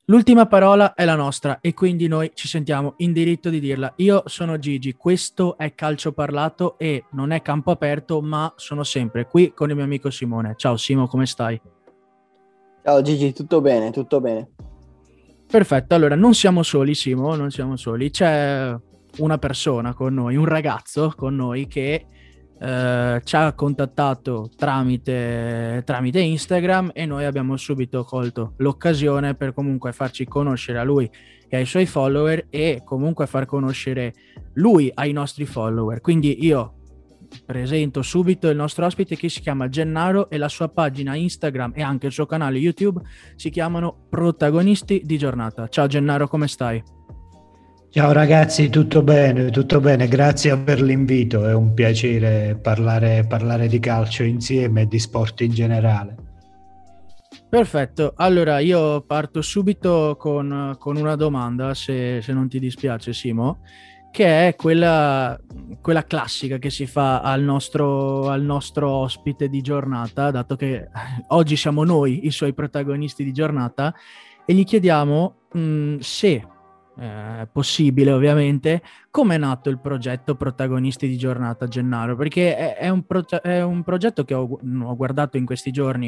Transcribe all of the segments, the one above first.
L'ultima parola è la nostra e quindi noi ci sentiamo in diritto di dirla. Io sono Gigi, questo è Calcio Parlato e non è campo aperto, ma sono sempre qui con il mio amico Simone. Ciao Simo, come stai? Ciao Gigi, tutto bene, tutto bene. Perfetto, allora non siamo soli, Simo, non siamo soli. C'è una persona con noi, un ragazzo con noi che ci ha contattato tramite Instagram e noi abbiamo subito colto l'occasione per comunque farci conoscere a lui e ai suoi follower e comunque far conoscere lui ai nostri follower. Quindi io presento subito il nostro ospite che si chiama Gennaro e la sua pagina Instagram e anche il suo canale YouTube si chiamano Protagonisti di Giornata. Ciao Gennaro, come stai? Ciao ragazzi, tutto bene, grazie per l'invito, è un piacere parlare di calcio insieme e di sport in generale. Perfetto, allora io parto subito con una domanda, se non ti dispiace Simo, che è quella classica che si fa al nostro ospite di giornata, dato che oggi siamo noi i suoi protagonisti di giornata, e gli chiediamo se è possibile ovviamente, come è nato il progetto Protagonisti di Giornata, Gennaro, perché è un progetto che ho guardato in questi giorni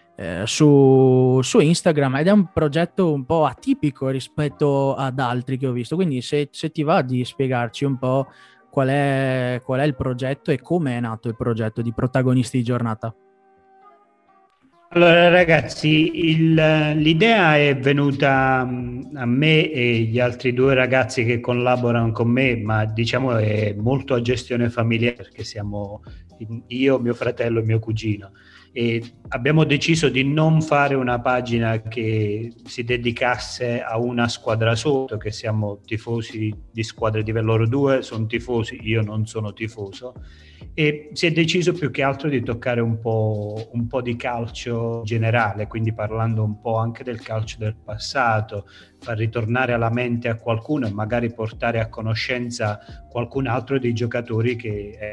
su Instagram ed è un progetto un po' atipico rispetto ad altri che ho visto, quindi se ti va di spiegarci un po' qual è il progetto e come è nato il progetto di Protagonisti di Giornata. Allora ragazzi, l'idea è venuta a me e gli altri due ragazzi che collaborano con me, ma diciamo è molto a gestione familiare perché siamo io, mio fratello e mio cugino. E abbiamo deciso di non fare una pagina che si dedicasse a una squadra sotto, che siamo tifosi di squadre di loro due, sono tifosi, io non sono tifoso, e si è deciso più che altro di toccare un po' di calcio generale, quindi parlando un po' anche del calcio del passato, far ritornare alla mente a qualcuno e magari portare a conoscenza qualcun altro dei giocatori che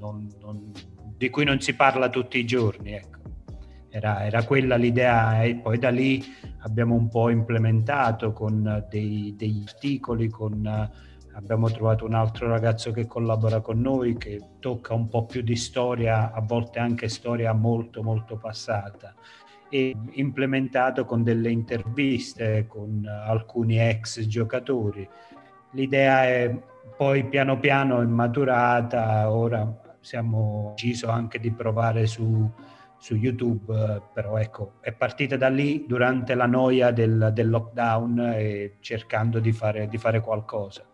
di cui non si parla tutti i giorni, ecco. Era quella l'idea e poi da lì abbiamo un po' implementato con degli articoli, abbiamo trovato un altro ragazzo che collabora con noi che tocca un po' più di storia, a volte anche storia molto molto passata, e implementato con delle interviste con alcuni ex giocatori. L'idea è poi piano piano è maturata, ora siamo deciso anche di provare su YouTube, però ecco, è partita da lì durante la noia del lockdown e cercando di fare qualcosa.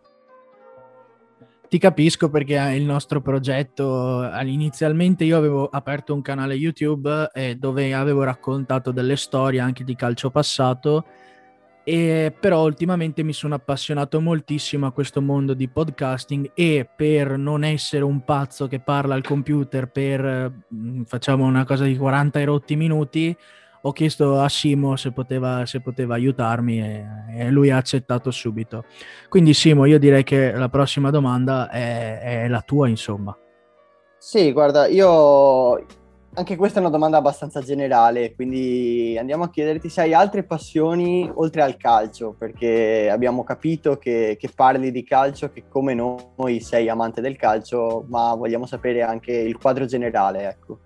Ti capisco perché il nostro progetto, inizialmente io avevo aperto un canale YouTube dove avevo raccontato delle storie anche di calcio passato, e però ultimamente mi sono appassionato moltissimo a questo mondo di podcasting e per non essere un pazzo che parla al computer facciamo una cosa di 40 e rotti minuti, ho chiesto a Simo se poteva aiutarmi e lui ha accettato subito. Quindi Simo, io direi che la prossima domanda è la tua, insomma. Sì, guarda, io anche questa è una domanda abbastanza generale, quindi andiamo a chiederti se hai altre passioni oltre al calcio, perché abbiamo capito che parli di calcio, che come noi sei amante del calcio, ma vogliamo sapere anche il quadro generale, ecco.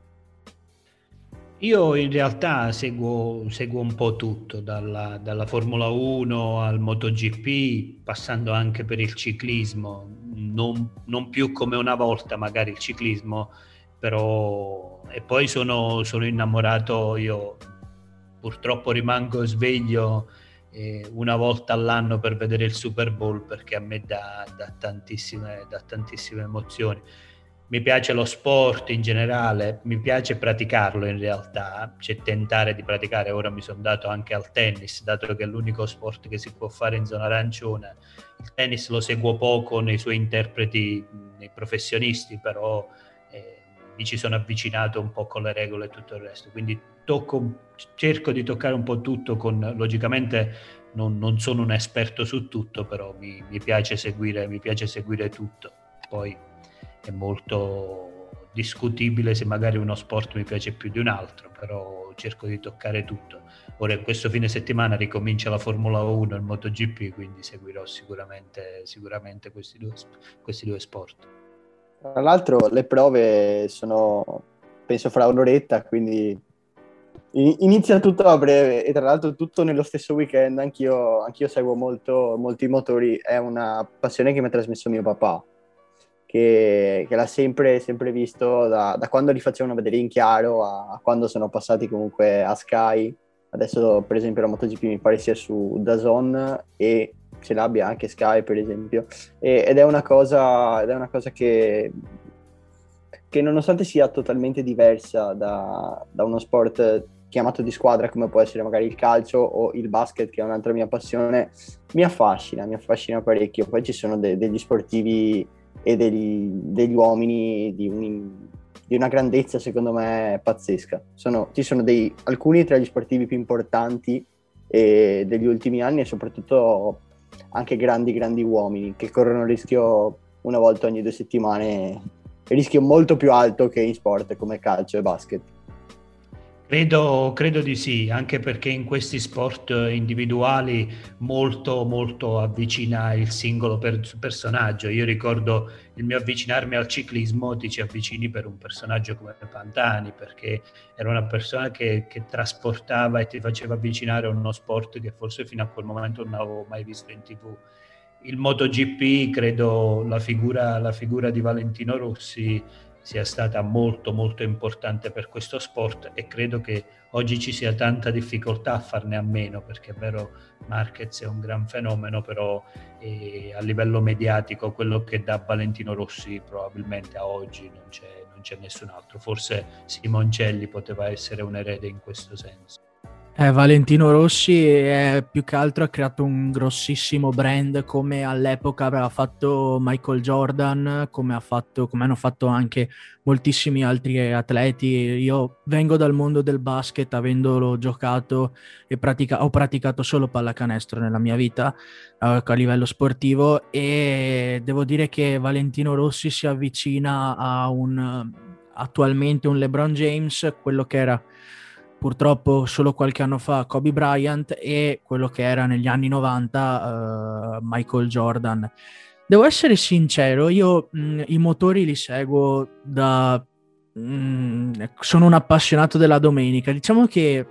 Io in realtà seguo un po' tutto, dalla Formula 1 al MotoGP, passando anche per il ciclismo, non più come una volta magari il ciclismo, però. E poi sono innamorato, io purtroppo rimango sveglio una volta all'anno per vedere il Super Bowl perché a me dà tantissime emozioni. Mi piace lo sport in generale, mi piace praticarlo in realtà, cioè tentare di praticare. Ora mi sono dato anche al tennis, dato che è l'unico sport che si può fare in zona arancione. Il tennis lo seguo poco nei suoi interpreti, nei professionisti, però mi ci sono avvicinato un po' con le regole e tutto il resto. Quindi cerco di toccare un po' tutto, logicamente non sono un esperto su tutto, però mi piace seguire tutto. Poi è molto, discutibile se magari uno sport mi piace più di un altro, però cerco di toccare tutto. Ora questo fine settimana ricomincia la Formula 1 e il MotoGP, quindi seguirò sicuramente questi due sport. Tra l'altro le prove sono, penso, fra un'oretta, quindi inizia tutto a breve, e tra l'altro tutto nello stesso weekend. Anch'io seguo molto i motori, è una passione che mi ha trasmesso mio papà, che l'ha sempre visto da quando li facevano vedere in chiaro a quando sono passati comunque a Sky. Adesso per esempio la MotoGP mi pare sia su DAZN, e ce l'abbia anche Sky per esempio, ed è una cosa che nonostante sia totalmente diversa da uno sport chiamato di squadra come può essere magari il calcio o il basket, che è un'altra mia passione, mi affascina parecchio. Poi ci sono degli sportivi e degli uomini di una grandezza secondo me pazzesca. Ci sono alcuni tra gli sportivi più importanti degli ultimi anni, e soprattutto anche grandi uomini che corrono il rischio una volta ogni 2 settimane, rischio molto più alto che in sport come calcio e basket. Credo di sì, anche perché in questi sport individuali molto avvicina il singolo personaggio. Io ricordo il mio avvicinarmi al ciclismo, ti ci avvicini per un personaggio come Pantani, perché era una persona che trasportava e ti faceva avvicinare a uno sport che forse fino a quel momento non avevo mai visto in TV. Il MotoGP, credo la figura di Valentino Rossi sia stata molto importante per questo sport, e credo che oggi ci sia tanta difficoltà a farne a meno, perché è vero, Marquez è un gran fenomeno, però a livello mediatico quello che dà Valentino Rossi probabilmente a oggi non c'è nessun altro. Forse Simoncelli poteva essere un erede in questo senso. Valentino Rossi più che altro ha creato un grossissimo brand, come all'epoca aveva fatto Michael Jordan, come hanno fatto anche moltissimi altri atleti. Io vengo dal mondo del basket, avendolo giocato e ho praticato solo pallacanestro nella mia vita a livello sportivo, e devo dire che Valentino Rossi si avvicina a attualmente un LeBron James, quello che era purtroppo solo qualche anno fa Kobe Bryant, e quello che era negli anni 90 Michael Jordan. Devo essere sincero, io i motori li seguo sono un appassionato della domenica. Diciamo che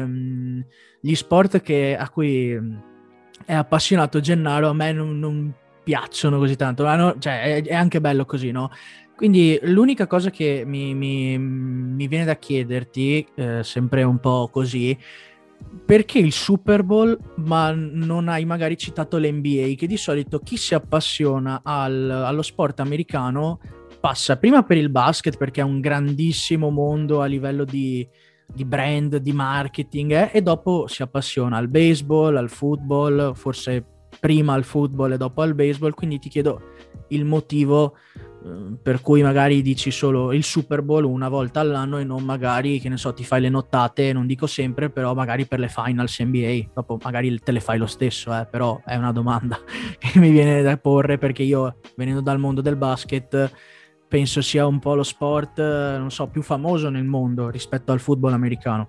gli sport a cui è appassionato Gennaro a me non piacciono così tanto, ma cioè, è anche bello così, no? Quindi l'unica cosa che mi viene da chiederti, sempre un po' così, perché il Super Bowl, ma non hai magari citato l'NBA, che di solito chi si appassiona allo sport americano passa prima per il basket, perché è un grandissimo mondo a livello di brand, di marketing, e dopo si appassiona al baseball, al football, forse prima al football e dopo al baseball. Quindi ti chiedo il motivo per cui magari dici solo il Super Bowl una volta all'anno, e non magari, che ne so, ti fai le nottate, non dico sempre, però magari per le finals NBA, dopo magari te le fai lo stesso, però è una domanda che mi viene da porre, perché io, venendo dal mondo del basket, penso sia un po' lo sport, non so, più famoso nel mondo rispetto al football americano.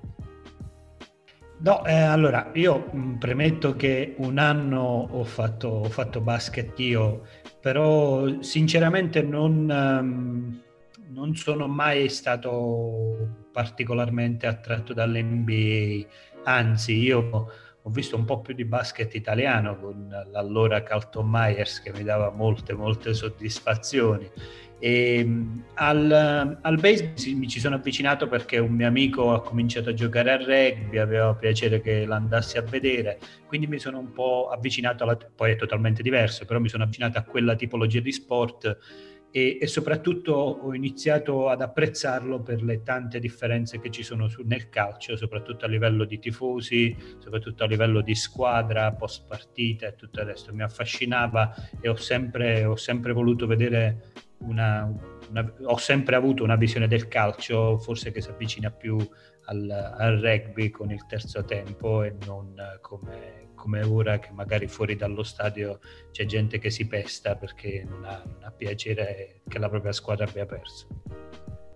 No, allora io premetto che un anno ho fatto basket io, però sinceramente non sono mai stato particolarmente attratto dall'NBA, anzi io ho visto un po' più di basket italiano con l'allora Carlton Myers, che mi dava molte soddisfazioni. E al baseball mi ci sono avvicinato perché un mio amico ha cominciato a giocare a rugby, aveva piacere che l'andassi a vedere, quindi mi sono un po' avvicinato poi è totalmente diverso, però mi sono avvicinato a quella tipologia di sport, e soprattutto ho iniziato ad apprezzarlo per le tante differenze che ci sono nel calcio, soprattutto a livello di tifosi, soprattutto a livello di squadra, post partita e tutto il resto. Mi affascinava, e ho sempre voluto vedere ho sempre avuto una visione del calcio forse che si avvicina più al rugby con il terzo tempo, e non come ora, che magari fuori dallo stadio c'è gente che si pesta perché non ha piacere che la propria squadra abbia perso.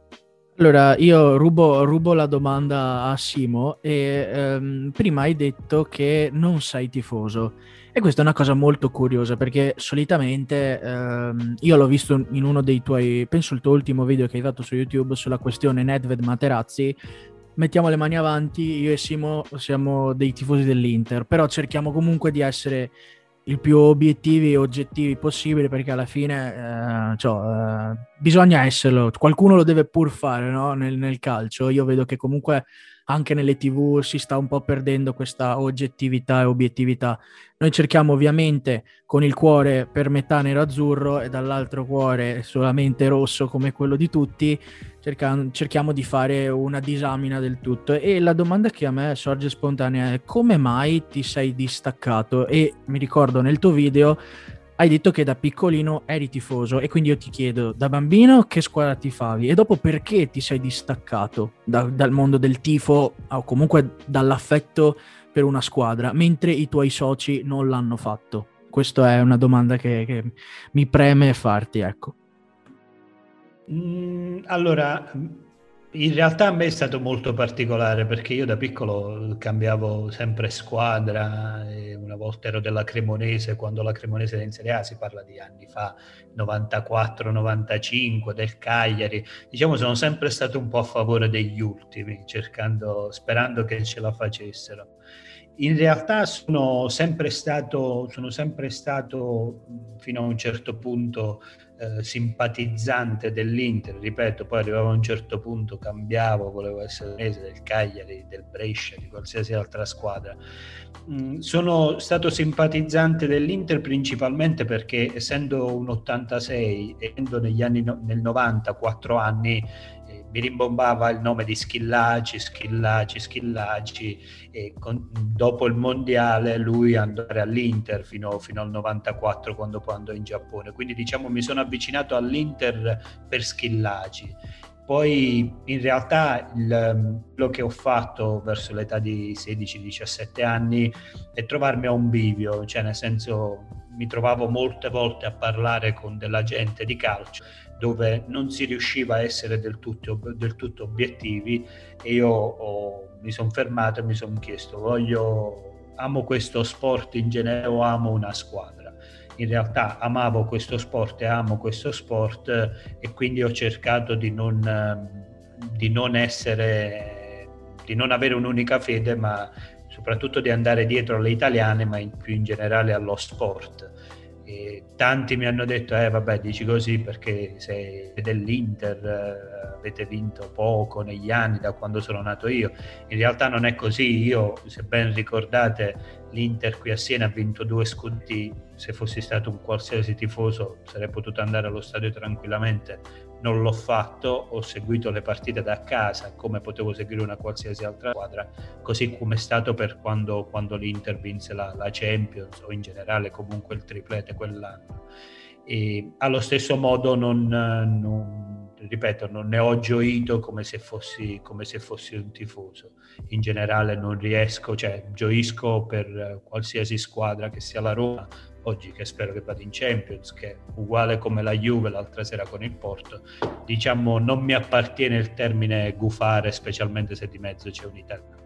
Allora, io rubo la domanda a Simo e prima hai detto che non sei tifoso e questa è una cosa molto curiosa perché solitamente io l'ho visto in uno dei tuoi, penso il tuo ultimo video che hai fatto su YouTube sulla questione Nedved Materazzi, mettiamo le mani avanti, io e Simo siamo dei tifosi dell'Inter, però cerchiamo comunque di essere il più obiettivi e oggettivi possibile perché alla fine bisogna esserlo, qualcuno lo deve pur fare, no? Nel calcio. Io vedo che comunque anche nelle TV si sta un po' perdendo questa oggettività e obiettività. Noi cerchiamo ovviamente con il cuore per metà nero-azzurro e dall'altro cuore solamente rosso come quello di tutti, cerchiamo di fare una disamina del tutto. E la domanda che a me sorge spontanea è: come mai ti sei distaccato? E mi ricordo nel tuo video hai detto che da piccolino eri tifoso e quindi io ti chiedo, da bambino che squadra tifavi e dopo perché ti sei distaccato dal mondo del tifo o comunque dall'affetto per una squadra, mentre i tuoi soci non l'hanno fatto? Questa è una domanda che mi preme farti, ecco. Allora, in realtà a me è stato molto particolare perché io da piccolo cambiavo sempre squadra, e una volta ero della Cremonese, quando la Cremonese era in Serie A, si parla di anni fa, 94-95, del Cagliari. Diciamo, sono sempre stato un po' a favore degli ultimi, sperando che ce la facessero. In realtà sono sempre stato fino a un certo punto simpatizzante dell'Inter, ripeto, poi arrivavo a un certo punto, cambiavo, volevo essere del Cagliari, del Brescia, di qualsiasi altra squadra. Sono stato simpatizzante dell'Inter principalmente perché essendo un 86 e nel 90, 4 anni, mi rimbombava il nome di Schillaci e dopo il mondiale lui andare all'Inter fino al 94 quando poi andò in Giappone, quindi diciamo mi sono avvicinato all'Inter per Schillaci. Poi in realtà quello che ho fatto verso l'età di 16-17 anni è trovarmi a un bivio, cioè nel senso mi trovavo molte volte a parlare con della gente di calcio dove non si riusciva a essere del tutto obiettivi e io mi sono fermato e mi sono chiesto: amo questo sport in genere o amo una squadra? In realtà amavo questo sport e amo questo sport e quindi ho cercato di non avere un'unica fede, ma soprattutto di andare dietro alle italiane, ma più in generale allo sport. E tanti mi hanno detto vabbè, dici così perché sei dell'Inter, avete vinto poco negli anni da quando sono nato io. In realtà non è così. Io, se ben ricordate, l'Inter qui a Siena ha vinto 2 scudetti. Se fossi stato un qualsiasi tifoso sarei potuto andare allo stadio tranquillamente, non l'ho fatto, ho seguito le partite da casa come potevo seguire una qualsiasi altra squadra, così come è stato per quando l'Inter vinse la Champions o in generale comunque il triplete quell'anno. E allo stesso modo non ne ho gioito come se fossi un tifoso. In generale non riesco, cioè gioisco per qualsiasi squadra, che sia la Roma oggi, che spero che vada in Champions, che è uguale come la Juve l'altra sera con il Porto. Diciamo, non mi appartiene il termine gufare, specialmente se di mezzo c'è un italiano.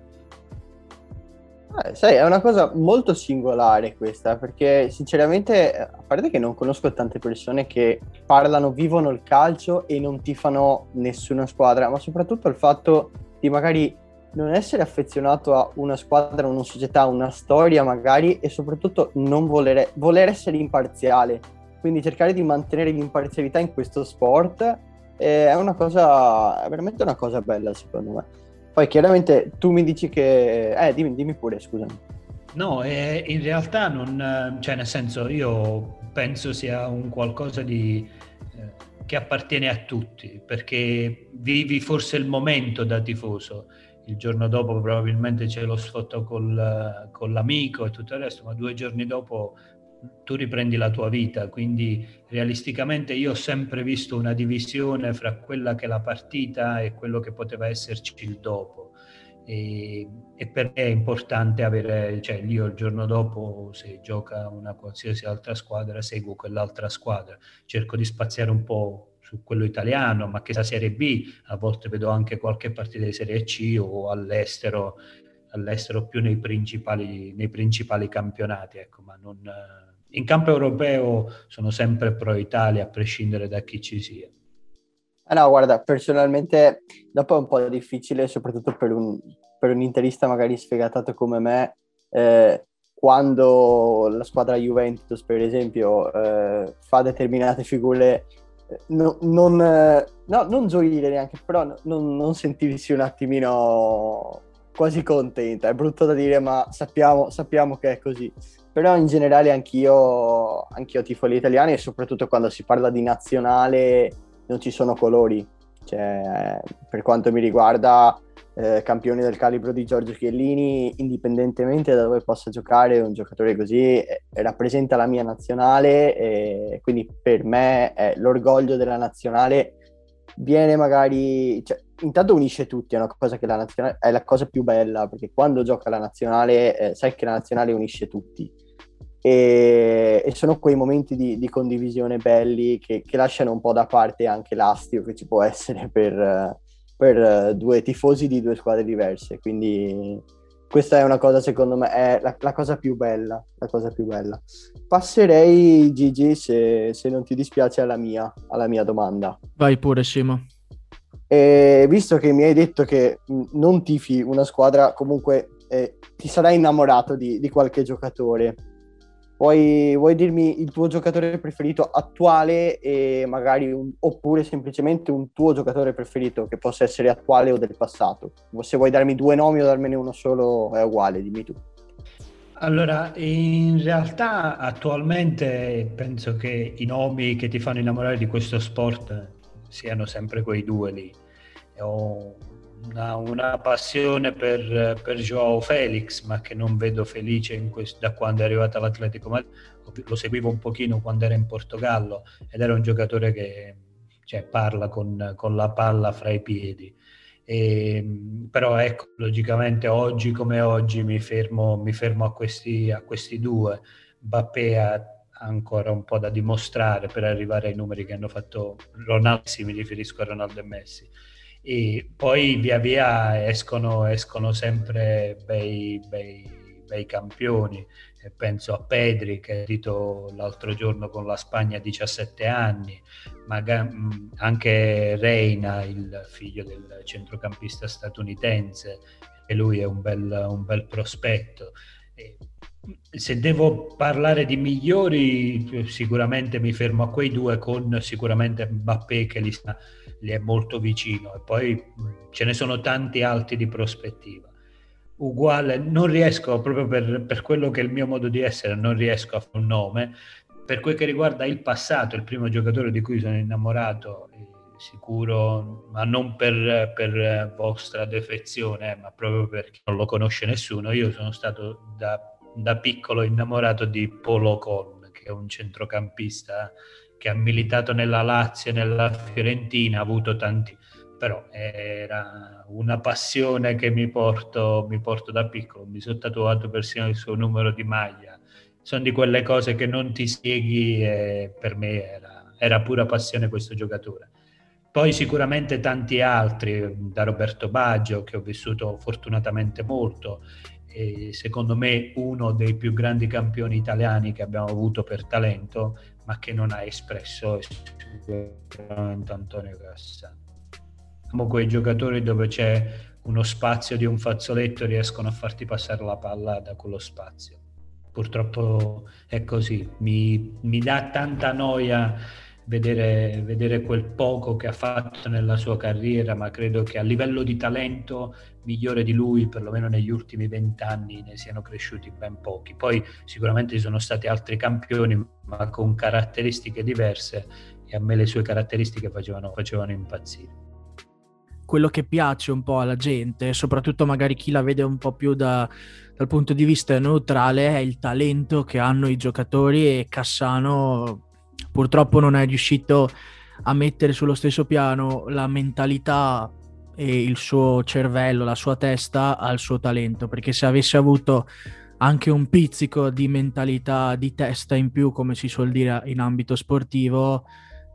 Sai, è una cosa molto singolare questa, perché sinceramente, a parte che non conosco tante persone che vivono il calcio e non tifano nessuna squadra, ma soprattutto il fatto di magari non essere affezionato a una squadra, una società, una storia magari, e soprattutto non voler essere imparziale. Quindi cercare di mantenere l'imparzialità in questo sport è veramente una cosa bella, secondo me. Poi chiaramente tu mi dici che... dimmi pure, scusami. No, in realtà non... Cioè, nel senso, io penso sia un qualcosa che appartiene a tutti, perché vivi forse il momento da tifoso. Il giorno dopo probabilmente c'è lo sfotto con l'amico e tutto il resto, ma 2 giorni dopo tu riprendi la tua vita. Quindi realisticamente io ho sempre visto una divisione fra quella che è la partita e quello che poteva esserci il dopo. E per me è importante avere, cioè io il giorno dopo, se gioca una qualsiasi altra squadra, seguo quell'altra squadra, cerco di spaziare un po' su quello italiano, ma che sia Serie B, a volte vedo anche qualche partita di Serie C o all'estero più nei principali campionati, ecco, ma non, in campo europeo sono sempre pro Italia, a prescindere da chi ci sia. No, guarda, personalmente dopo è un po' difficile, soprattutto per un interista magari sfegatato come me, quando la squadra Juventus, per esempio, fa determinate figure, non gioire neanche, però non sentirsi un attimino quasi contenta. È brutto da dire, ma sappiamo che è così. Però in generale anch'io tifo gli italiani, e soprattutto quando si parla di nazionale non ci sono colori. Cioè, per quanto mi riguarda, campioni del calibro di Giorgio Chiellini, indipendentemente da dove possa giocare, un giocatore così rappresenta la mia nazionale, e quindi per me l'orgoglio della nazionale viene magari, cioè, intanto unisce tutti, è una cosa che la nazionale è la cosa più bella, perché quando gioca la nazionale sai che la nazionale unisce tutti, e sono quei momenti di condivisione belli che lasciano un po' da parte anche l'astio che ci può essere per due tifosi di due squadre diverse. Quindi questa è una cosa, secondo me, è la cosa più bella, la cosa più bella. Passerei, Gigi, se non ti dispiace, alla mia domanda. Vai pure, Simo. E visto che mi hai detto che non tifi una squadra, comunque ti sarai innamorato di qualche giocatore. Vuoi dirmi il tuo giocatore preferito attuale, e magari oppure semplicemente un tuo giocatore preferito che possa essere attuale o del passato? Se vuoi darmi due nomi o darmene uno solo è uguale, dimmi tu. Allora, in realtà attualmente penso che i nomi che ti fanno innamorare di questo sport siano sempre quei due lì. Ho una passione per Joao Felix, ma che non vedo felice da quando è arrivato all'Atletico Madrid. Lo seguivo un pochino quando era in Portogallo ed era un giocatore che parla con la palla fra i piedi. Però ecco, logicamente oggi come oggi mi fermo a questi due. Mbappé ha ancora un po' da dimostrare per arrivare ai numeri che hanno fatto Ronaldo, mi riferisco a Ronaldo e Messi. E poi via via escono sempre bei campioni, e penso a Pedri, che è dito l'altro giorno con la Spagna a 17 anni, anche Reina, il figlio del centrocampista statunitense, e lui è un bel prospetto. Se devo parlare di migliori, sicuramente mi fermo a quei due, con sicuramente Mbappé che li è molto vicino, e poi ce ne sono tanti altri di prospettiva. Uguale, non riesco, proprio per quello che è il mio modo di essere, non riesco a fare un nome. Per quel che riguarda il passato, il primo giocatore di cui sono innamorato, sicuro, ma non per vostra defezione, ma proprio perché non lo conosce nessuno, io sono stato da piccolo innamorato di Paul Ocon, che è un centrocampista che ha militato nella Lazio e nella Fiorentina, ha avuto tanti, però era una passione che mi porto da piccolo. Mi sono tatuato persino il suo numero di maglia. Sono di quelle cose che non ti spieghi, e per me era pura passione questo giocatore. Poi sicuramente tanti altri, da Roberto Baggio, che ho vissuto fortunatamente molto, e secondo me uno dei più grandi campioni italiani che abbiamo avuto per talento, ma che non ha espresso, è sicuramente Antonio Cassano. Siamo quei giocatori dove c'è uno spazio di un fazzoletto, riescono a farti passare la palla da quello spazio. Purtroppo è così, mi dà tanta noia vedere quel poco che ha fatto nella sua carriera, ma credo che a livello di talento migliore di lui, perlomeno negli ultimi 20 anni, ne siano cresciuti ben pochi. Poi sicuramente ci sono stati altri campioni, ma con caratteristiche diverse, e a me le sue caratteristiche facevano impazzire. Quello che piace un po' alla gente, soprattutto magari chi la vede un po' più dal punto di vista neutrale, è il talento che hanno i giocatori, e Cassano purtroppo non è riuscito a mettere sullo stesso piano la mentalità e il suo cervello, la sua testa al suo talento, perché se avesse avuto anche un pizzico di mentalità, di testa in più, come si suol dire in ambito sportivo,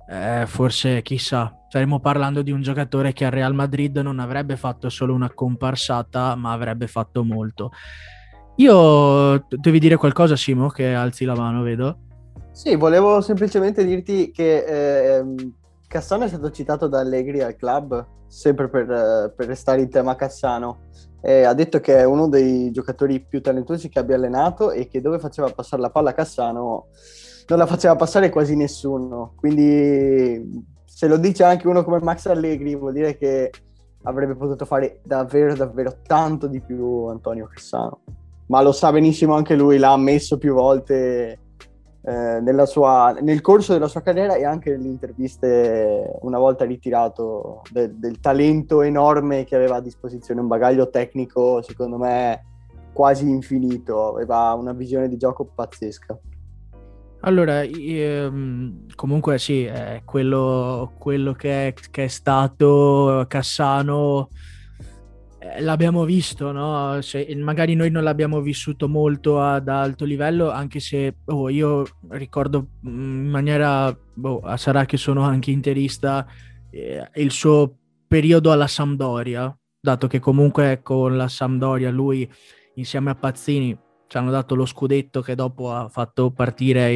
Forse chissà, staremo parlando di un giocatore che al Real Madrid non avrebbe fatto solo una comparsata, ma avrebbe fatto molto. Io devi dire qualcosa, Simo, che alzi la mano, vedo. Sì, volevo semplicemente dirti che Cassano è stato citato da Allegri al club, sempre per restare in tema Cassano. Ha detto che è uno dei giocatori più talentuosi che abbia allenato e che dove faceva passare la palla a Cassano non la faceva passare quasi nessuno. Quindi se lo dice anche uno come Max Allegri vuol dire che avrebbe potuto fare davvero, davvero tanto di più Antonio Cassano. Ma lo sa benissimo anche lui, l'ha ammesso più volte nel corso della sua carriera e anche nelle interviste una volta ritirato del talento enorme che aveva a disposizione, un bagaglio tecnico secondo me quasi infinito, aveva una visione di gioco pazzesca. Allora, comunque sì, quello che è stato Cassano, l'abbiamo visto, no? Magari noi non l'abbiamo vissuto molto ad alto livello, anche se io ricordo in maniera, sarà che sono anche interista, il suo periodo alla Sampdoria, dato che comunque con la Sampdoria lui insieme a Pazzini ci hanno dato lo scudetto che dopo ha fatto partire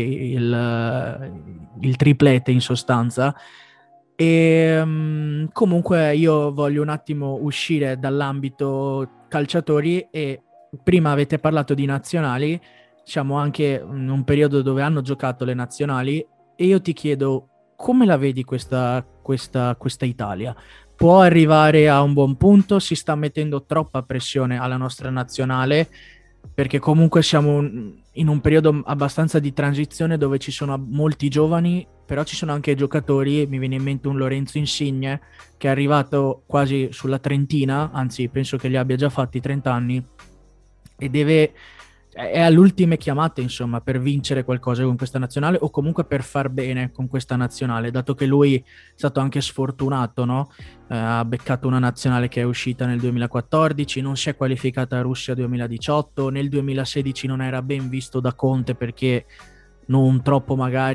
il triplete in sostanza. E comunque io voglio un attimo uscire dall'ambito calciatori e prima avete parlato di nazionali, siamo anche in un periodo dove hanno giocato le nazionali e io ti chiedo come la vedi questa Italia? Può arrivare a un buon punto? Si sta mettendo troppa pressione alla nostra nazionale? Perché comunque siamo in un periodo abbastanza di transizione dove ci sono molti giovani, però ci sono anche giocatori, mi viene in mente un Lorenzo Insigne che è arrivato quasi sulla trentina, anzi penso che li abbia già fatti 30 anni e è all'ultime chiamate insomma per vincere qualcosa con questa nazionale o comunque per far bene con questa nazionale, dato che lui è stato anche sfortunato, no? Ha beccato una nazionale che è uscita nel 2014, non si è qualificata a Russia 2018, nel 2016 non era ben visto da Conte perché non troppo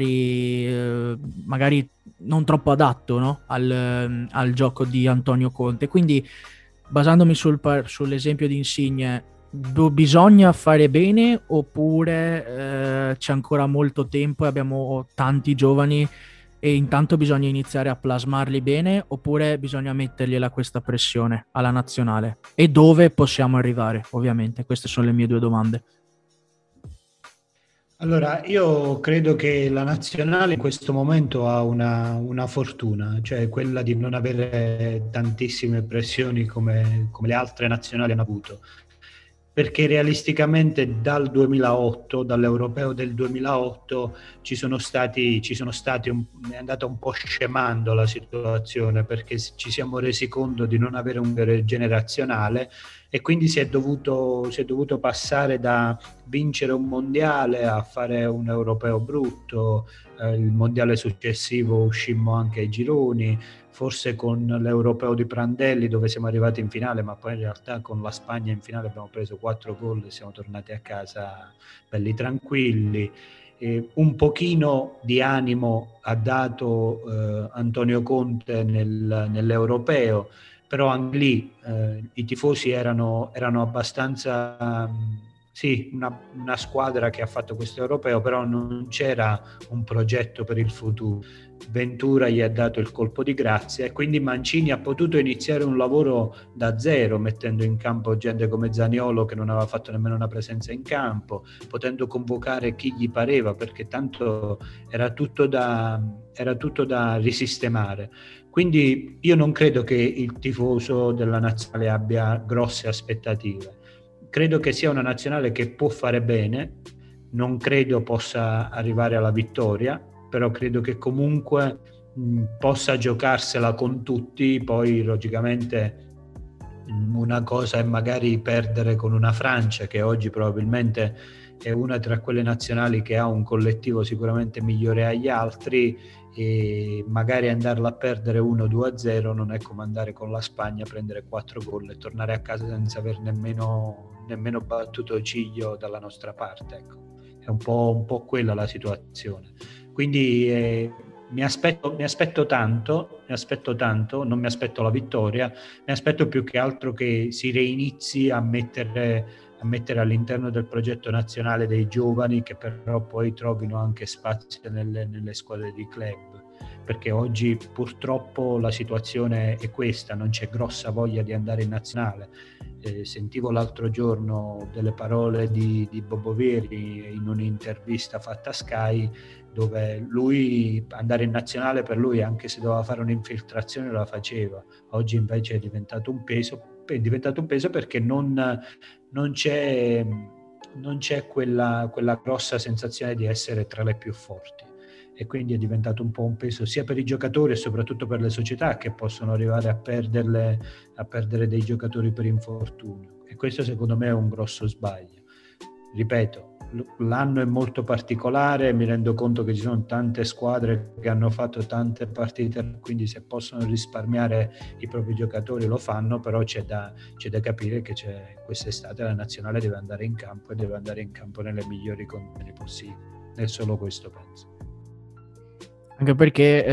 magari non troppo adatto, no? al gioco di Antonio Conte. Quindi basandomi sull'esempio di Insigne, bisogna fare bene oppure c'è ancora molto tempo e abbiamo tanti giovani e intanto bisogna iniziare a plasmarli bene oppure bisogna mettergliela questa pressione alla nazionale? E dove possiamo arrivare, ovviamente? Queste sono le mie due domande. Allora, io credo che la nazionale in questo momento ha una fortuna, cioè quella di non avere tantissime pressioni come le altre nazionali hanno avuto. Perché realisticamente dal 2008, dall'Europeo del 2008, è andata un po' scemando la situazione perché ci siamo resi conto di non avere un generazionale e quindi si è dovuto passare da vincere un mondiale a fare un europeo brutto. Il mondiale successivo uscimmo anche ai gironi, forse con l'europeo di Prandelli dove siamo arrivati in finale, ma poi in realtà con la Spagna in finale abbiamo preso 4 gol e siamo tornati a casa belli tranquilli. Un pochino di animo ha dato Antonio Conte nell'europeo, però anche lì i tifosi erano abbastanza sì, una squadra che ha fatto questo europeo, però non c'era un progetto per il futuro. Ventura gli ha dato il colpo di grazia e quindi Mancini ha potuto iniziare un lavoro da zero, mettendo in campo gente come Zaniolo che non aveva fatto nemmeno una presenza in campo, potendo convocare chi gli pareva, perché tanto era tutto da risistemare. Quindi io non credo che il tifoso della nazionale abbia grosse aspettative. Credo che sia una nazionale che può fare bene, non credo possa arrivare alla vittoria, però credo che comunque possa giocarsela con tutti. Poi logicamente una cosa è magari perdere con una Francia che oggi probabilmente è una tra quelle nazionali che ha un collettivo sicuramente migliore agli altri, e magari andarla a perdere 1-2-0 non è come andare con la Spagna a prendere 4 gol e tornare a casa senza aver nemmeno battuto ciglio dalla nostra parte, ecco. È un po' quella la situazione. Quindi mi aspetto tanto, non mi aspetto la vittoria, mi aspetto più che altro che si reinizi a mettere all'interno del progetto nazionale dei giovani, che però poi trovino anche spazio nelle squadre di club, perché oggi purtroppo la situazione è questa, non c'è grossa voglia di andare in nazionale. Sentivo l'altro giorno delle parole di Bobo Vieri in un'intervista fatta a Sky, dove lui andare in nazionale per lui, anche se doveva fare un'infiltrazione, la faceva. Oggi invece è diventato un peso perché non c'è quella grossa sensazione di essere tra le più forti, e quindi è diventato un po' un peso sia per i giocatori e soprattutto per le società, che possono arrivare a perdere dei giocatori per infortunio, e questo secondo me è un grosso sbaglio. Ripeto, l'anno è molto particolare, mi rendo conto che ci sono tante squadre che hanno fatto tante partite, quindi se possono risparmiare i propri giocatori lo fanno, però c'è da capire che quest'estate la nazionale deve andare in campo, e deve andare in campo nelle migliori condizioni possibili. È solo questo, penso. Anche perché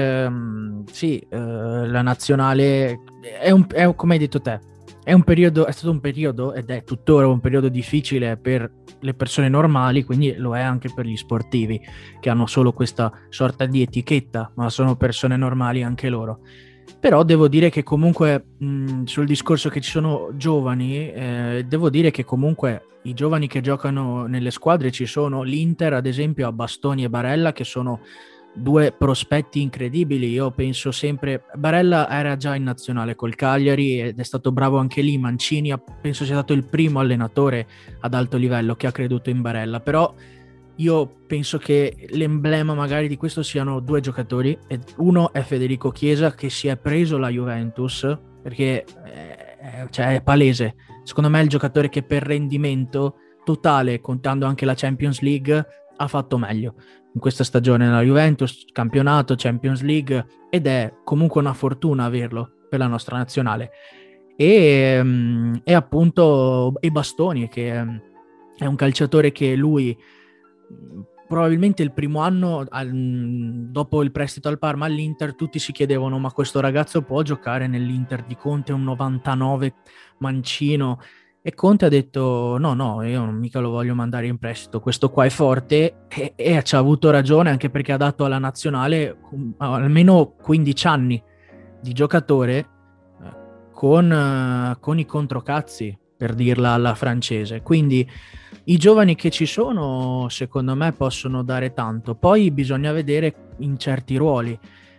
la nazionale è come hai detto te, è stato un periodo ed è tuttora un periodo difficile per le persone normali, quindi lo è anche per gli sportivi, che hanno solo questa sorta di etichetta, ma sono persone normali anche loro. Però devo dire che comunque sul discorso che ci sono giovani, devo dire che comunque i giovani che giocano nelle squadre ci sono. L'Inter ad esempio ha Bastoni e Barella, che sono due prospetti incredibili. Io penso sempre, Barella era già in nazionale col Cagliari ed è stato bravo anche lì. Mancini penso sia stato il primo allenatore ad alto livello che ha creduto in Barella, però io penso che l'emblema magari di questo siano due giocatori, e uno è Federico Chiesa, che si è preso la Juventus perché è palese, secondo me è il giocatore che per rendimento totale, contando anche la Champions League, ha fatto meglio in questa stagione nella Juventus, campionato, Champions League, ed è comunque una fortuna averlo per la nostra nazionale. E appunto i Bastoni, che è un calciatore che lui probabilmente il primo anno dopo il prestito al Parma all'Inter tutti si chiedevano: ma questo ragazzo può giocare nell'Inter di Conte, un 99 mancino? E Conte ha detto no, io mica lo voglio mandare in prestito, questo qua è forte, e ci ha avuto ragione, anche perché ha dato alla nazionale almeno 15 anni di giocatore con i controcazzi, per dirla alla francese. Quindi i giovani che ci sono secondo me possono dare tanto, poi bisogna vedere in certi ruoli.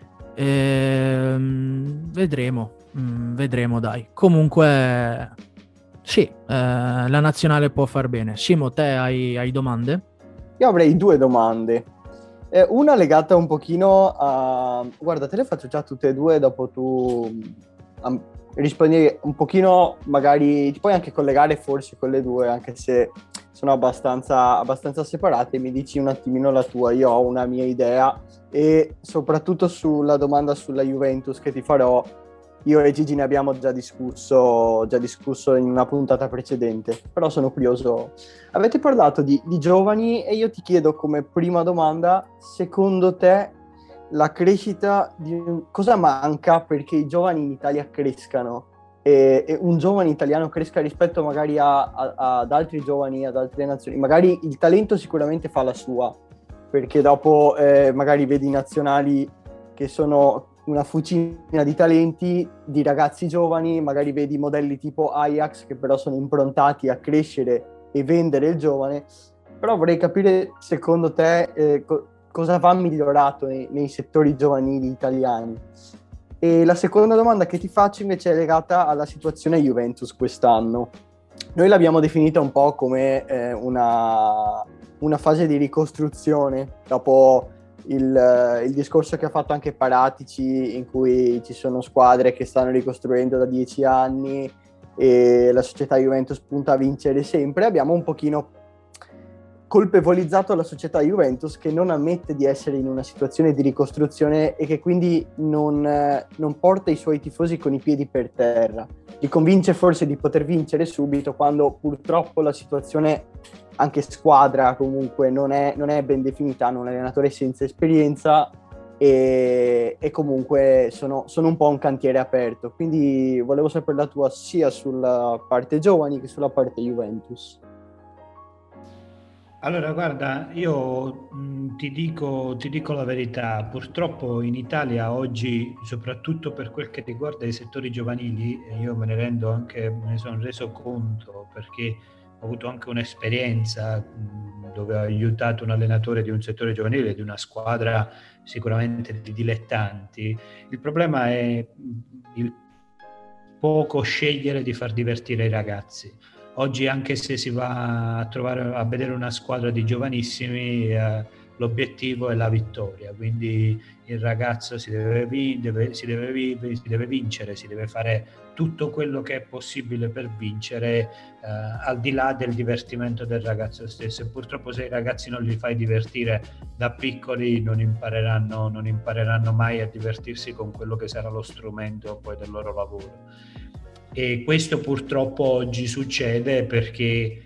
Vedremo dai. Comunque sì, la nazionale può far bene. Simo, te hai domande? Io avrei due domande. Una legata un pochino a... Guarda, te le faccio già tutte e due, dopo tu rispondi un pochino, magari ti puoi anche collegare forse con le due, anche se sono abbastanza separate. Mi dici un attimino la tua, io ho una mia idea, e soprattutto sulla domanda sulla Juventus che ti farò, io e Gigi ne abbiamo già discusso in una puntata precedente, però sono curioso. Avete parlato di giovani, e io ti chiedo come prima domanda, secondo te la crescita cosa manca perché i giovani in Italia crescano, e un giovane italiano cresca rispetto magari ad altri giovani, ad altre nazioni? Magari il talento sicuramente fa la sua, perché dopo magari vedi nazionali che sono una fucina di talenti, di ragazzi giovani, magari vedi modelli tipo Ajax che però sono improntati a crescere e vendere il giovane. Però vorrei capire, secondo te, cosa va migliorato nei settori giovanili italiani. E la seconda domanda che ti faccio invece è legata alla situazione Juventus quest'anno. Noi l'abbiamo definita un po' come una fase di ricostruzione dopo il discorso che ha fatto anche Paratici, in cui ci sono squadre che stanno ricostruendo da 10 anni e la società Juventus punta a vincere sempre. Abbiamo un pochino colpevolizzato la società Juventus, che non ammette di essere in una situazione di ricostruzione e che quindi non porta i suoi tifosi con i piedi per terra. Li convince forse di poter vincere subito, quando purtroppo la situazione, anche squadra comunque, non è ben definita, hanno un allenatore senza esperienza, e comunque sono un po' un cantiere aperto, quindi volevo sapere la tua sia sulla parte giovani che sulla parte Juventus. Allora, guarda, io ti dico la verità, purtroppo in Italia oggi, soprattutto per quel che riguarda i settori giovanili, e io me ne sono reso conto perché ho avuto anche un'esperienza dove ho aiutato un allenatore di un settore giovanile, di una squadra sicuramente di dilettanti. Il problema è il poco scegliere di far divertire i ragazzi. Oggi, anche se si va a vedere una squadra di giovanissimi, l'obiettivo è la vittoria, quindi il ragazzo si deve vincere, si deve fare tutto quello che è possibile per vincere, al di là del divertimento del ragazzo stesso. E purtroppo, se i ragazzi non li fai divertire da piccoli, non impareranno mai a divertirsi con quello che sarà lo strumento poi del loro lavoro. E questo purtroppo oggi succede perché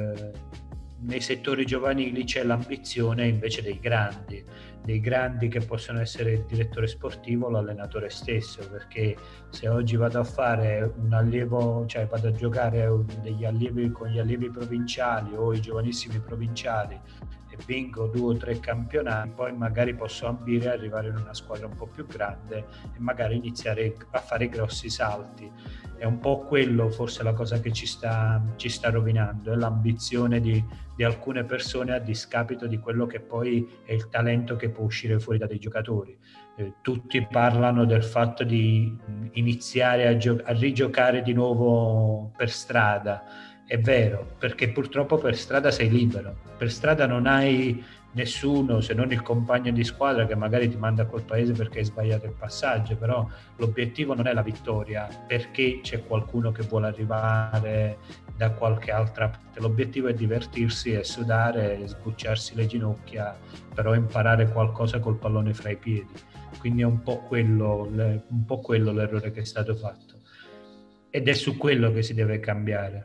nei settori giovanili c'è l'ambizione invece dei grandi che possono essere il direttore sportivo o l'allenatore stesso, perché se oggi vado a fare un allievo, cioè vado a giocare degli allievi con gli allievi provinciali o i giovanissimi provinciali e vinco 2 o 3 campionati, poi magari posso ambire a arrivare in una squadra un po' più grande e magari iniziare a fare grossi salti. È un po' quello forse la cosa che ci sta rovinando, è l'ambizione di alcune persone a discapito di quello che poi è il talento che può uscire fuori da dei giocatori. Tutti parlano del fatto di iniziare a rigiocare di nuovo per strada. È vero, perché purtroppo per strada sei libero, per strada non hai nessuno se non il compagno di squadra che magari ti manda a quel paese perché hai sbagliato il passaggio, però l'obiettivo non è la vittoria perché c'è qualcuno che vuole arrivare da qualche altra parte. L'obiettivo è divertirsi e sudare e sbucciarsi le ginocchia, però imparare qualcosa col pallone fra i piedi. Quindi è un po' quello l'errore che è stato fatto. Ed è su quello che si deve cambiare,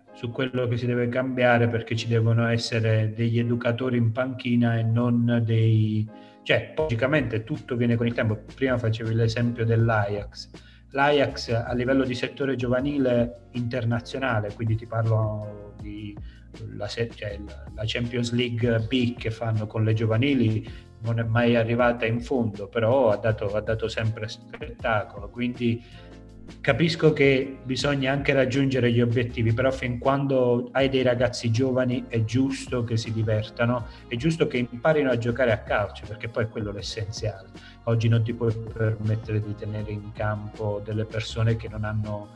perché ci devono essere degli educatori in panchina e non cioè, logicamente tutto viene con il tempo. Prima facevi l'esempio dell'Ajax. L'Ajax a livello di settore giovanile internazionale, quindi ti parlo di la Champions League B che fanno con le giovanili, non è mai arrivata in fondo, però ha dato sempre spettacolo, quindi capisco che bisogna anche raggiungere gli obiettivi, però fin quando hai dei ragazzi giovani è giusto che si divertano, è giusto che imparino a giocare a calcio, perché poi è quello l'essenziale. Oggi non ti puoi permettere di tenere in campo delle persone che non hanno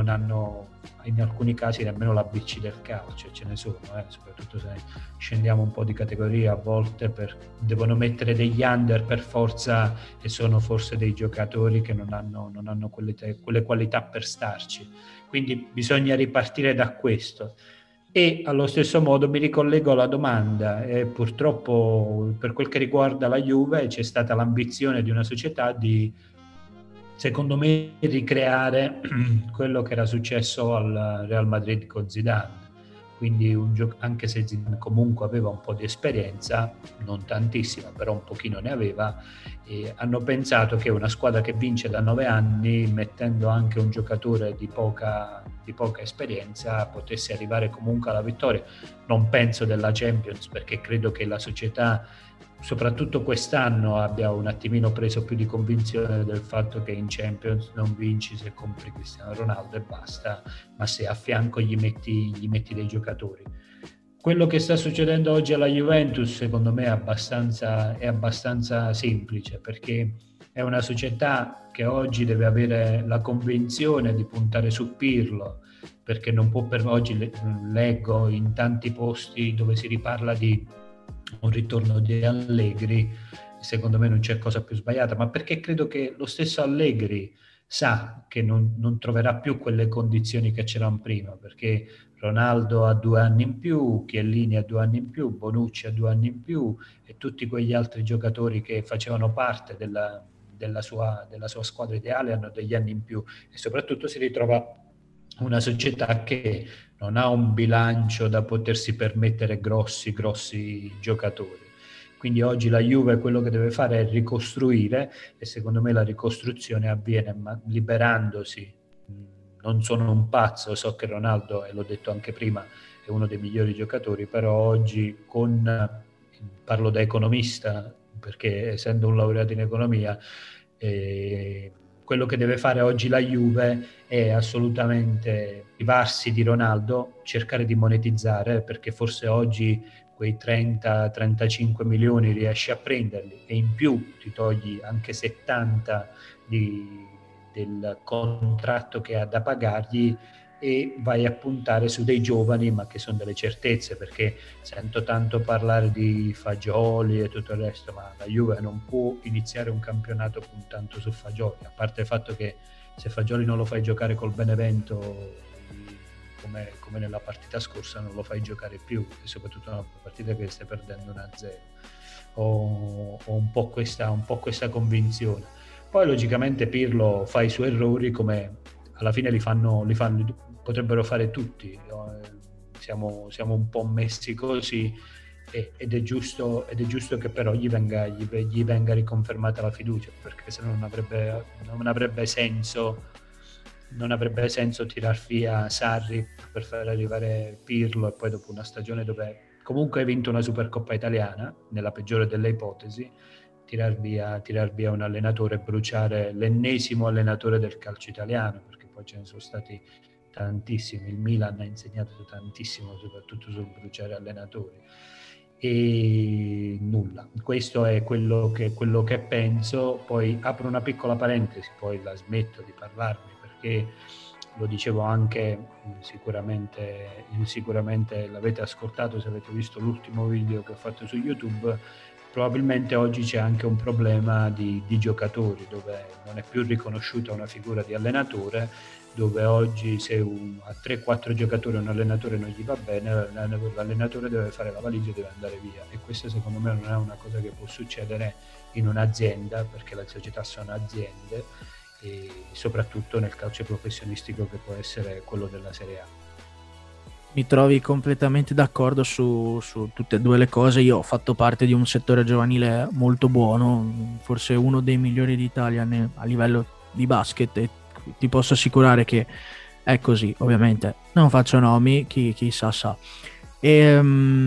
in alcuni casi nemmeno la BC del calcio, ce ne sono, soprattutto se scendiamo un po' di categoria, a volte devono mettere degli under per forza e sono forse dei giocatori che non hanno quelle qualità per starci. Quindi bisogna ripartire da questo. E allo stesso modo mi ricollego alla domanda, purtroppo per quel che riguarda la Juve c'è stata l'ambizione di una società di, secondo me, ricreare quello che era successo al Real Madrid con Zidane. Quindi anche se Zidane comunque aveva un po' di esperienza, non tantissima, però un pochino ne aveva, e hanno pensato che una squadra che vince da 9 anni, mettendo anche un giocatore di poca esperienza, potesse arrivare comunque alla vittoria. Non penso della Champions, perché credo che la società, soprattutto quest'anno, abbia un attimino preso più di convinzione del fatto che in Champions non vinci se compri Cristiano Ronaldo e basta, ma se a fianco gli metti dei giocatori. Quello che sta succedendo oggi alla Juventus secondo me è abbastanza semplice, perché è una società che oggi deve avere la convinzione di puntare su Pirlo, perché non può, per oggi leggo in tanti posti dove si riparla di un ritorno di Allegri, secondo me non c'è cosa più sbagliata, ma perché credo che lo stesso Allegri sa che non troverà più quelle condizioni che c'erano prima, perché Ronaldo ha 2 anni in più, Chiellini ha 2 anni in più, Bonucci ha 2 anni in più e tutti quegli altri giocatori che facevano parte della sua squadra ideale hanno degli anni in più, e soprattutto si ritrova una società che non ha un bilancio da potersi permettere grossi giocatori. Quindi oggi la Juve quello che deve fare è ricostruire, e secondo me la ricostruzione avviene liberandosi. Non sono un pazzo, so che Ronaldo, e l'ho detto anche prima, è uno dei migliori giocatori, però oggi parlo da economista, perché essendo un laureato in economia, quello che deve fare oggi la Juve è assolutamente privarsi di Ronaldo, cercare di monetizzare, perché forse oggi quei 30-35 milioni riesci a prenderli, e in più ti togli anche 70 del contratto che ha da pagargli, e vai a puntare su dei giovani, ma che sono delle certezze, perché sento tanto parlare di Fagioli e tutto il resto, ma la Juve non può iniziare un campionato puntando su Fagioli, a parte il fatto che se Fagioli non lo fai giocare col Benevento come nella partita scorsa, non lo fai giocare più, e soprattutto una partita che stai perdendo 1-0. Ho un po' questa convinzione. Poi logicamente Pirlo fa i suoi errori, come alla fine li fanno, potrebbero fare tutti. Siamo un po' messi così, ed è giusto che però gli venga riconfermata la fiducia, perché se no non avrebbe senso tirar via Sarri per far arrivare Pirlo, e poi dopo una stagione dove comunque hai vinto una Supercoppa italiana, nella peggiore delle ipotesi, tirar via un allenatore e bruciare l'ennesimo allenatore del calcio italiano, perché poi ce ne sono stati tantissimi. Il Milan ha insegnato tantissimo, soprattutto sul bruciare allenatori. E nulla, questo è quello che penso. Poi apro una piccola parentesi, poi la smetto di parlarmi, perché lo dicevo anche, sicuramente l'avete ascoltato se avete visto l'ultimo video che ho fatto su YouTube. Probabilmente oggi c'è anche un problema di giocatori, dove non è più riconosciuta una figura di allenatore, dove oggi se a 3-4 giocatori un allenatore non gli va bene, l'allenatore deve fare la valigia e deve andare via, e questo secondo me non è una cosa che può succedere in un'azienda, perché le società sono aziende, e soprattutto nel calcio professionistico, che può essere quello della Serie A. Mi trovi completamente d'accordo su tutte e due le cose. Io ho fatto parte di un settore giovanile molto buono, forse uno dei migliori d'Italia a livello di basket, e ti posso assicurare che è così. Ovviamente non faccio nomi, chi sa. E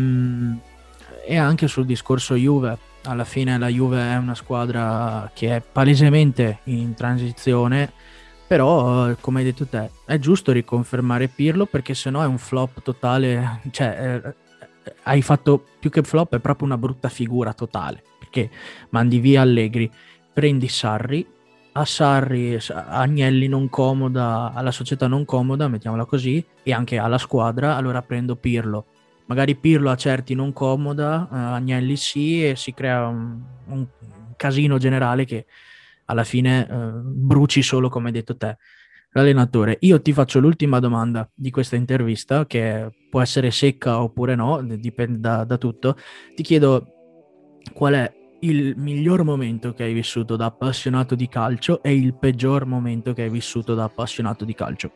anche sul discorso Juve, alla fine la Juve è una squadra che è palesemente in transizione, però come hai detto te è giusto riconfermare Pirlo, perché sennò è un flop totale. Cioè hai fatto, più che flop, è proprio una brutta figura totale, perché mandi via Allegri, prendi Sarri, a Sarri Agnelli non comoda, alla società non comoda, mettiamola così, e anche alla squadra. Allora prendo Pirlo, magari Pirlo a certi non comoda, Agnelli sì, e si crea un casino generale che alla fine bruci solo, come hai detto te, l'allenatore. Io ti faccio l'ultima domanda di questa intervista, che può essere secca oppure no, dipende da tutto. Ti chiedo qual è il miglior momento che hai vissuto da appassionato di calcio e il peggior momento che hai vissuto da appassionato di calcio.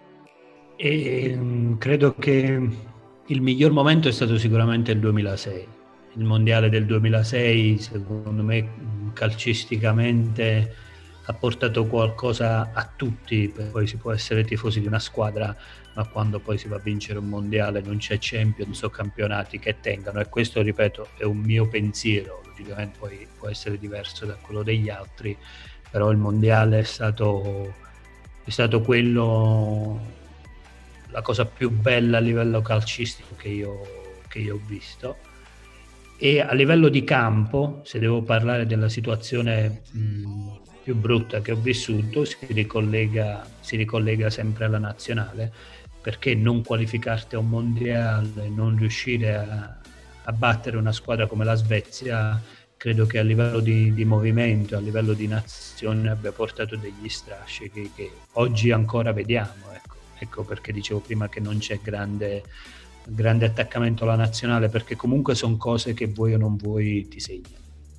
E credo che il miglior momento è stato sicuramente il 2006. Il mondiale del 2006, secondo me, calcisticamente ha portato qualcosa a tutti. Poi si può essere tifosi di una squadra, ma quando poi si va a vincere un mondiale non c'è Champions o campionati che tengano, e questo, ripeto, è un mio pensiero. Logicamente poi può essere diverso da quello degli altri, però il mondiale è stato quello, la cosa più bella a livello calcistico che io ho visto. E a livello di campo, se devo parlare della situazione più brutta che ho vissuto, si ricollega sempre alla nazionale, perché non qualificarti a un mondiale, non riuscire a battere una squadra come la Svezia, credo che a livello di movimento, a livello di nazione, abbia portato degli strascichi che oggi ancora vediamo. Ecco perché dicevo prima che non c'è grande attaccamento alla nazionale, perché comunque sono cose che vuoi o non vuoi ti segnano.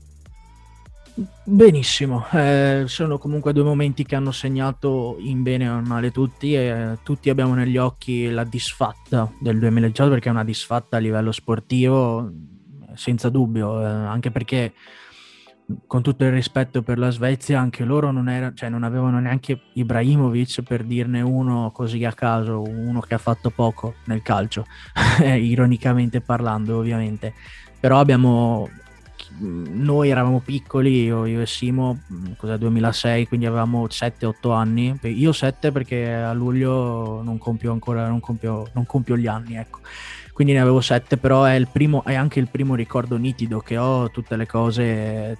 Benissimo, sono comunque due momenti che hanno segnato in bene o in male tutti, e tutti abbiamo negli occhi la disfatta del 2018, perché è una disfatta a livello sportivo senza dubbio, anche perché con tutto il rispetto per la Svezia, anche loro non avevano neanche Ibrahimovic, per dirne uno così a caso, uno che ha fatto poco nel calcio, ironicamente parlando ovviamente, però noi eravamo piccoli, io e Simo, 2006, quindi avevamo 7-8 anni, io 7 perché a luglio non compio gli anni, ecco. Quindi ne avevo 7, però è anche il primo ricordo nitido che ho, tutte le cose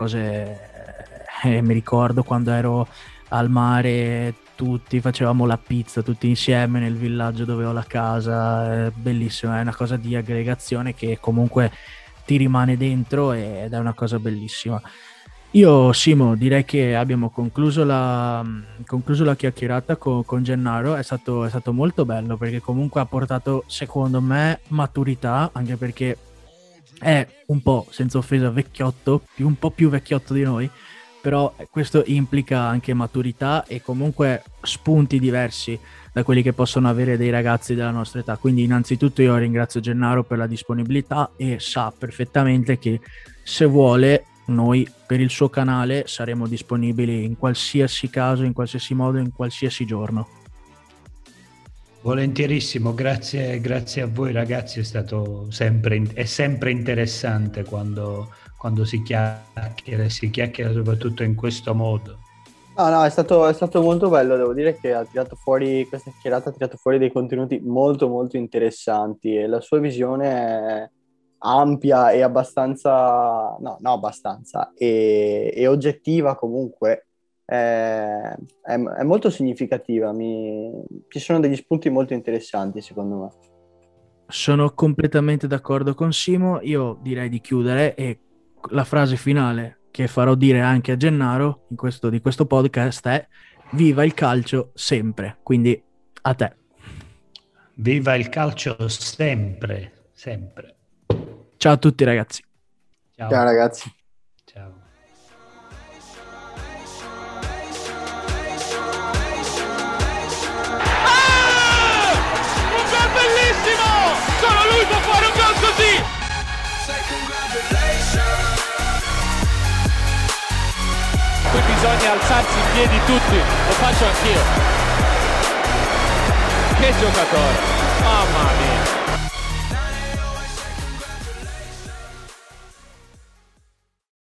mi ricordo quando ero al mare, tutti facevamo la pizza tutti insieme nel villaggio dove ho la casa, è bellissimo, è una cosa di aggregazione che comunque ti rimane dentro ed è una cosa bellissima. Io, Simo, direi che abbiamo concluso la chiacchierata con Gennaro, è stato molto bello perché comunque ha portato, secondo me, maturità, anche perché è un po', senza offesa, vecchiotto, un po' più vecchiotto di noi, però questo implica anche maturità e comunque spunti diversi da quelli che possono avere dei ragazzi della nostra età. Quindi innanzitutto io ringrazio Gennaro per la disponibilità e sa perfettamente che se vuole noi per il suo canale saremo disponibili in qualsiasi caso, in qualsiasi modo, in qualsiasi giorno. Volentierissimo, grazie a voi ragazzi, è sempre interessante quando si chiacchiera soprattutto in questo modo. No, è stato molto bello, devo dire che questa chiacchierata ha tirato fuori dei contenuti molto molto interessanti e la sua visione è ampia e e oggettiva comunque, è molto significativa, ci sono degli spunti molto interessanti secondo me. Sono completamente d'accordo con Simo, io direi di chiudere e la frase finale che farò dire anche a Gennaro di questo podcast è: viva il calcio sempre, quindi a te. Viva il calcio sempre, sempre. Ciao a tutti ragazzi. Ciao ragazzi. Ciao. Un gol bellissimo! Solo lui può fare un gol così! Qui bisogna alzarsi in piedi tutti, lo faccio anch'io. Che giocatore! Mamma mia!